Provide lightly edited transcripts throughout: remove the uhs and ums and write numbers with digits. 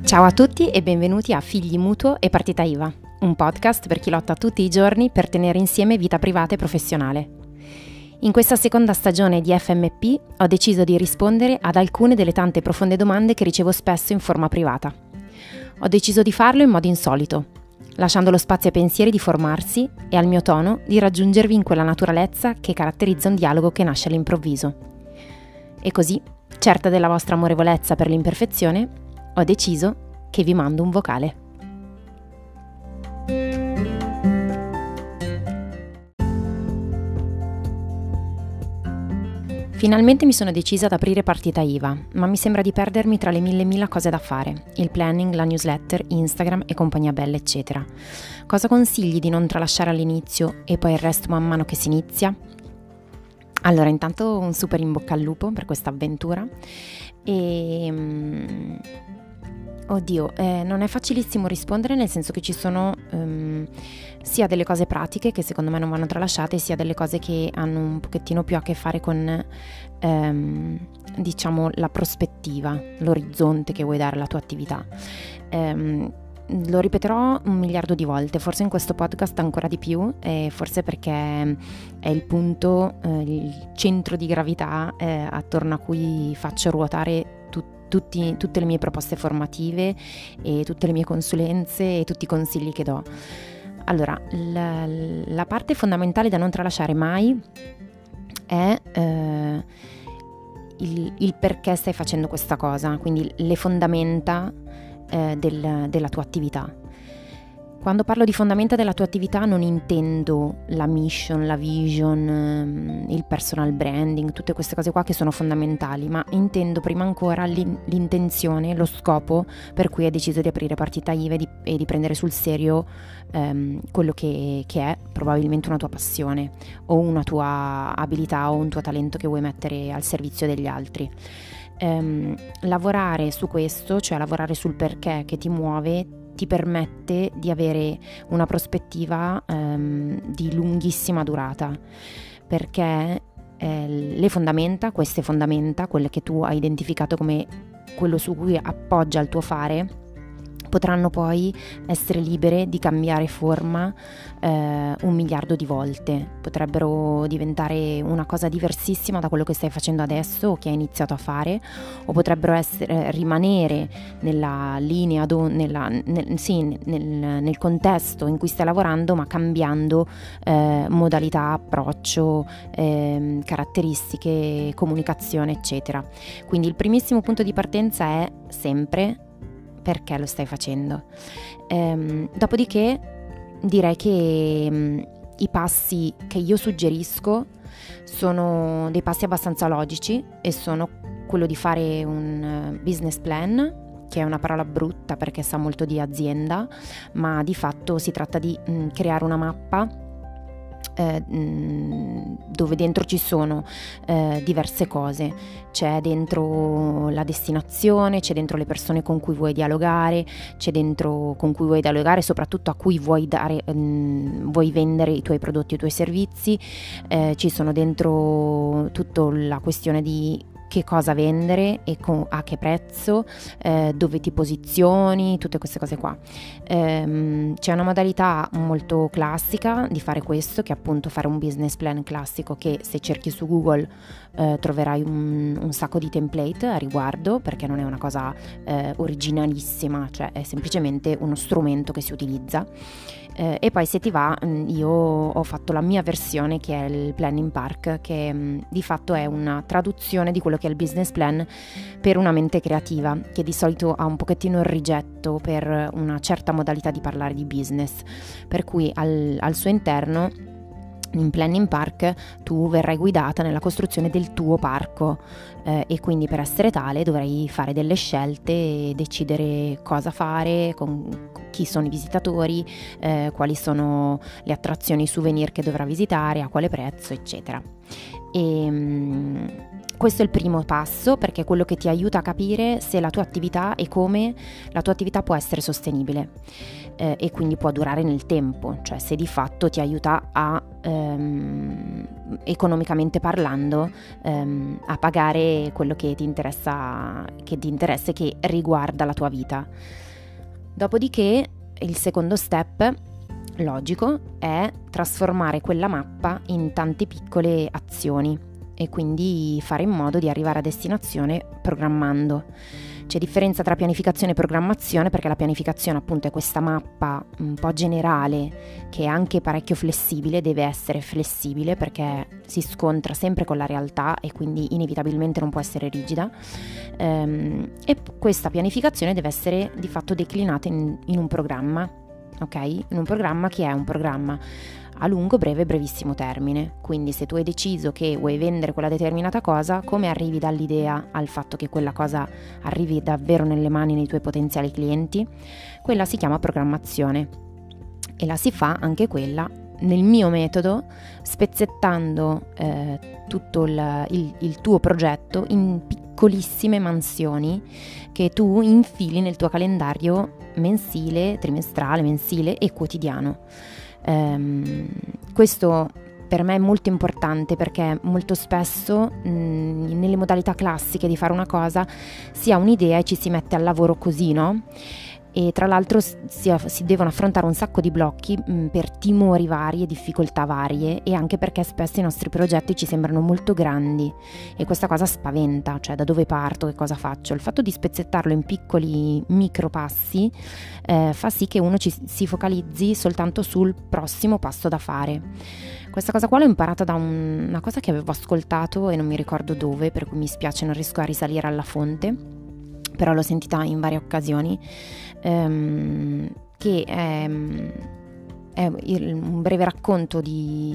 Ciao a tutti e benvenuti a Figli Mutuo e Partita IVA, un podcast per chi lotta tutti i giorni per tenere insieme vita privata e professionale. In questa seconda stagione di FMP ho deciso di rispondere ad alcune delle tante profonde domande che ricevo spesso in forma privata. Ho deciso di farlo in modo insolito, lasciando lo spazio ai pensieri di formarsi e al mio tono di raggiungervi in quella naturalezza che caratterizza un dialogo che nasce all'improvviso. E così, certa della vostra amorevolezza per l'imperfezione, ho deciso che vi mando un vocale. Finalmente mi sono decisa ad aprire partita IVA, ma mi sembra di perdermi tra le mille cose da fare, il planning, la newsletter, Instagram e compagnia bella, eccetera. Cosa consigli di non tralasciare all'inizio e poi il resto man mano che si inizia? Allora, intanto un super in bocca al lupo per questa avventura e... non è facilissimo rispondere, nel senso che ci sono sia delle cose pratiche che secondo me non vanno tralasciate, sia delle cose che hanno un pochettino più a che fare con la prospettiva, l'orizzonte che vuoi dare alla tua attività. Lo ripeterò 1 miliardo di volte, forse in questo podcast ancora di più, forse perché è il punto, il centro di gravità attorno a cui faccio ruotare tutte le mie proposte formative e tutte le mie consulenze e tutti i consigli che do. Allora, la parte fondamentale da non tralasciare mai è il perché stai facendo questa cosa, quindi le fondamenta della tua attività. Quando parlo di fondamenta della tua attività non intendo la mission, la vision, il personal branding, tutte queste cose qua che sono fondamentali, ma intendo prima ancora l'intenzione, lo scopo per cui hai deciso di aprire partita IVA e di prendere sul serio quello che è probabilmente una tua passione o una tua abilità o un tuo talento che vuoi mettere al servizio degli altri. Lavorare su questo, cioè lavorare sul perché che ti muove, ti permette di avere una prospettiva di lunghissima durata, perché queste fondamenta, quelle che tu hai identificato come quello su cui appoggia il tuo fare, potranno poi essere libere di cambiare forma 1 miliardo di volte, potrebbero diventare una cosa diversissima da quello che stai facendo adesso o che hai iniziato a fare, o potrebbero rimanere nella linea, nel contesto in cui stai lavorando, ma cambiando modalità, approccio, caratteristiche, comunicazione, eccetera. Quindi il primissimo punto di partenza è sempre perché lo stai facendo. Dopodiché direi che i passi che io suggerisco sono dei passi abbastanza logici e sono quello di fare un business plan, che è una parola brutta perché sa molto di azienda, ma di fatto si tratta di creare una mappa dove dentro ci sono diverse cose. C'è dentro la destinazione, c'è dentro le persone con cui vuoi dialogare, c'è dentro con cui vuoi dialogare, soprattutto a cui vuoi vendere i tuoi prodotti e i tuoi servizi, ci sono dentro tutta la questione di che cosa vendere e a che prezzo, dove ti posizioni, tutte queste cose qua. C'è una modalità molto classica di fare questo, che è appunto fare un business plan classico, che se cerchi su Google troverai un sacco di template a riguardo, perché non è una cosa originalissima, cioè è semplicemente uno strumento che si utilizza. E poi se ti va, io ho fatto la mia versione, che è il Planning Park, che di fatto è una traduzione di quello che è il business plan per una mente creativa, che di solito ha un pochettino il rigetto per una certa modalità di parlare di business, per cui al suo interno, in Planning Park, tu verrai guidata nella costruzione del tuo parco, e quindi per essere tale dovrai fare delle scelte e decidere cosa fare, con chi sono i visitatori, quali sono le attrazioni, i souvenir che dovrà visitare, a quale prezzo, eccetera. E questo è il primo passo, perché è quello che ti aiuta a capire se la tua attività e come la tua attività può essere sostenibile e quindi può durare nel tempo, cioè se di fatto ti aiuta a, economicamente parlando, a pagare quello che ti interessa e che riguarda la tua vita. Dopodiché il secondo step logico è trasformare quella mappa in tante piccole azioni e quindi fare in modo di arrivare a destinazione programmando. C'è differenza tra pianificazione e programmazione, perché la pianificazione appunto è questa mappa un po' generale che è anche parecchio flessibile, deve essere flessibile perché si scontra sempre con la realtà e quindi inevitabilmente non può essere rigida, e questa pianificazione deve essere di fatto declinata in un programma, ok? In un programma che è un programma a lungo, breve e brevissimo termine. Quindi se tu hai deciso che vuoi vendere quella determinata cosa, come arrivi dall'idea al fatto che quella cosa arrivi davvero nelle mani dei tuoi potenziali clienti? Quella si chiama programmazione e la si fa anche quella nel mio metodo, spezzettando tutto il tuo progetto in piccolissime mansioni che tu infili nel tuo calendario mensile, trimestrale, mensile e quotidiano. Questo per me è molto importante, perché molto spesso nelle modalità classiche di fare una cosa si ha un'idea e ci si mette al lavoro così, no? E tra l'altro si devono affrontare un sacco di blocchi per timori vari e difficoltà varie, e anche perché spesso i nostri progetti ci sembrano molto grandi e questa cosa spaventa, cioè da dove parto, che cosa faccio. Il fatto di spezzettarlo in piccoli micro passi fa sì che uno si focalizzi soltanto sul prossimo passo da fare. Questa cosa qua l'ho imparata da una cosa che avevo ascoltato e non mi ricordo dove, per cui mi spiace, non riesco a risalire alla fonte, però l'ho sentita in varie occasioni, che è un breve racconto di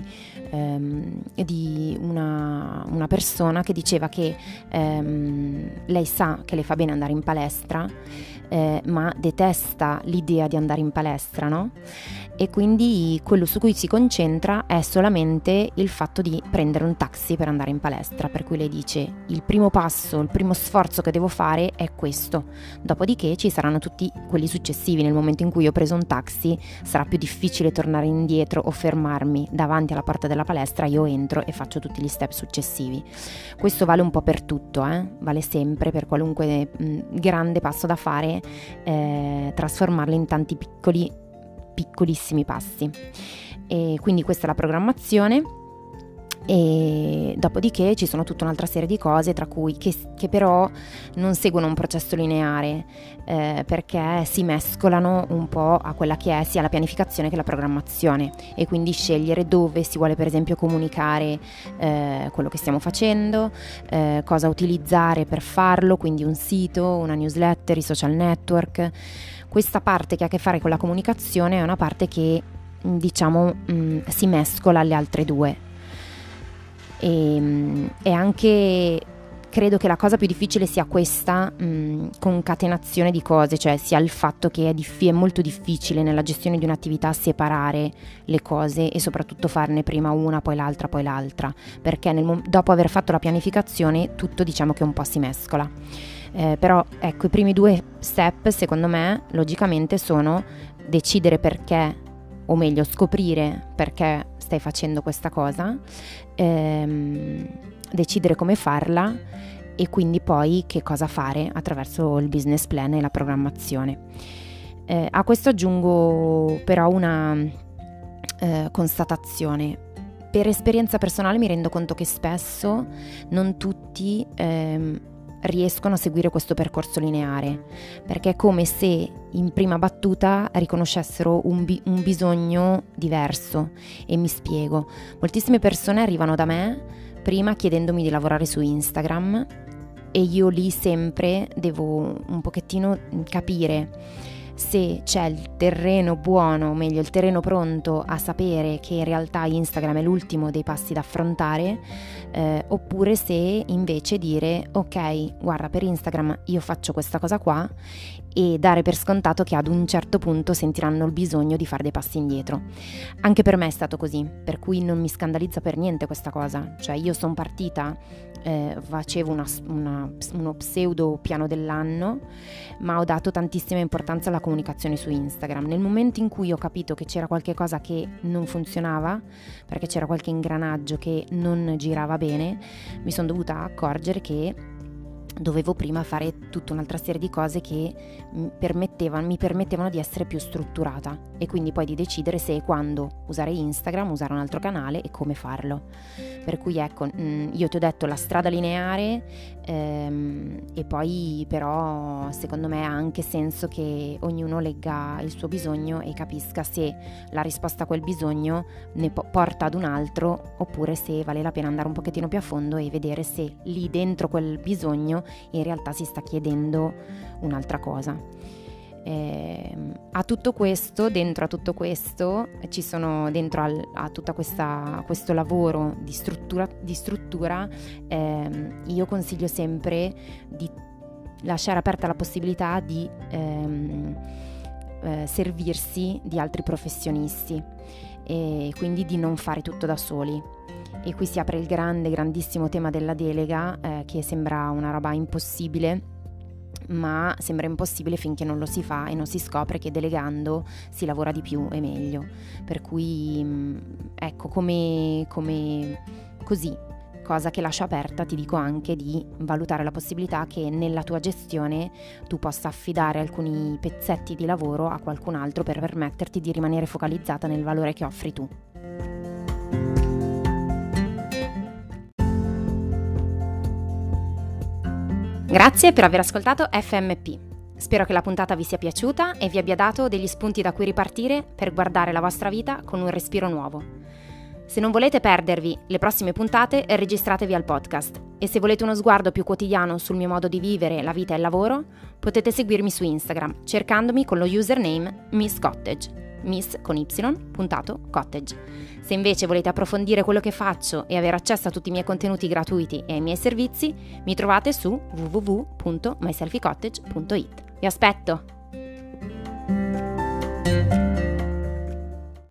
una persona che diceva che lei sa che le fa bene andare in palestra, ma detesta l'idea di andare in palestra, no? E quindi quello su cui si concentra è solamente il fatto di prendere un taxi per andare in palestra, per cui lei dice: il primo passo, il primo sforzo che devo fare è questo, dopodiché ci saranno tutti quelli successivi. Nel momento in cui ho preso un taxi sarà più difficile tornare indietro o fermarmi davanti alla porta della palestra, io entro e faccio tutti gli step successivi. Questo vale un po' per tutto, vale sempre per qualunque grande passo da fare, trasformarlo in tanti piccolissimi passi. E quindi questa è la programmazione, e dopodiché ci sono tutta un'altra serie di cose, tra cui che però non seguono un processo lineare, perché si mescolano un po' a quella che è sia la pianificazione che la programmazione, e quindi scegliere dove si vuole per esempio comunicare quello che stiamo facendo, cosa utilizzare per farlo, quindi un sito, una newsletter, i social network. Questa parte che ha a che fare con la comunicazione è una parte che si mescola alle altre due. E anche credo che la cosa più difficile sia questa concatenazione di cose, cioè sia il fatto che è molto difficile nella gestione di un'attività separare le cose e soprattutto farne prima una, poi l'altra, perché dopo aver fatto la pianificazione tutto che un po' si mescola. Però ecco, i primi due step secondo me logicamente sono decidere perché, o meglio scoprire perché stai facendo questa cosa, decidere come farla e quindi poi che cosa fare attraverso il business plan e la programmazione. A questo aggiungo però una constatazione. Per esperienza personale mi rendo conto che spesso non tutti riescono a seguire questo percorso lineare, perché è come se in prima battuta riconoscessero un bisogno diverso. E mi spiego: moltissime persone arrivano da me prima chiedendomi di lavorare su Instagram, e io lì sempre devo un pochettino capire se c'è il terreno buono, o meglio il terreno pronto a sapere che in realtà Instagram è l'ultimo dei passi da affrontare, oppure se invece dire ok, guarda, per Instagram io faccio questa cosa qua, e dare per scontato che ad un certo punto sentiranno il bisogno di fare dei passi indietro. Anche per me è stato così, per cui non mi scandalizza per niente questa cosa. Cioè io sono partita, facevo uno pseudo piano dell'anno, ma ho dato tantissima importanza alla comunicazione su Instagram. Nel momento in cui ho capito che c'era qualche cosa che non funzionava, perché c'era qualche ingranaggio che non girava bene, mi sono dovuta accorgere che dovevo prima fare tutta un'altra serie di cose che mi permettevano di essere più strutturata, e quindi poi di decidere se e quando usare Instagram, usare un altro canale e come farlo. Per cui ecco, io ti ho detto la strada lineare, e poi però secondo me ha anche senso che ognuno legga il suo bisogno e capisca se la risposta a quel bisogno ne porta ad un altro, oppure se vale la pena andare un pochettino più a fondo e vedere se lì dentro quel bisogno in realtà si sta chiedendo un'altra cosa. A tutto questo, dentro a tutto questo, ci sono dentro a tutta questo lavoro di struttura, io consiglio sempre di lasciare aperta la possibilità di servirsi di altri professionisti, e quindi di non fare tutto da soli. E qui si apre il grandissimo tema della delega, che sembra una roba impossibile, ma sembra impossibile finché non lo si fa e non si scopre che delegando si lavora di più e meglio. Per cui ecco, come così, cosa che lascio aperta, ti dico anche di valutare la possibilità che nella tua gestione tu possa affidare alcuni pezzetti di lavoro a qualcun altro per permetterti di rimanere focalizzata nel valore che offri tu. Grazie per aver ascoltato FMP. Spero che la puntata vi sia piaciuta e vi abbia dato degli spunti da cui ripartire per guardare la vostra vita con un respiro nuovo. Se non volete perdervi le prossime puntate, registratevi al podcast, e se volete uno sguardo più quotidiano sul mio modo di vivere la vita e il lavoro, potete seguirmi su Instagram cercandomi con lo username Miss Cottage. Miss con y, cottage. Se invece volete approfondire quello che faccio e avere accesso a tutti i miei contenuti gratuiti e ai miei servizi, mi trovate su www.myselfiecottage.it. Vi aspetto!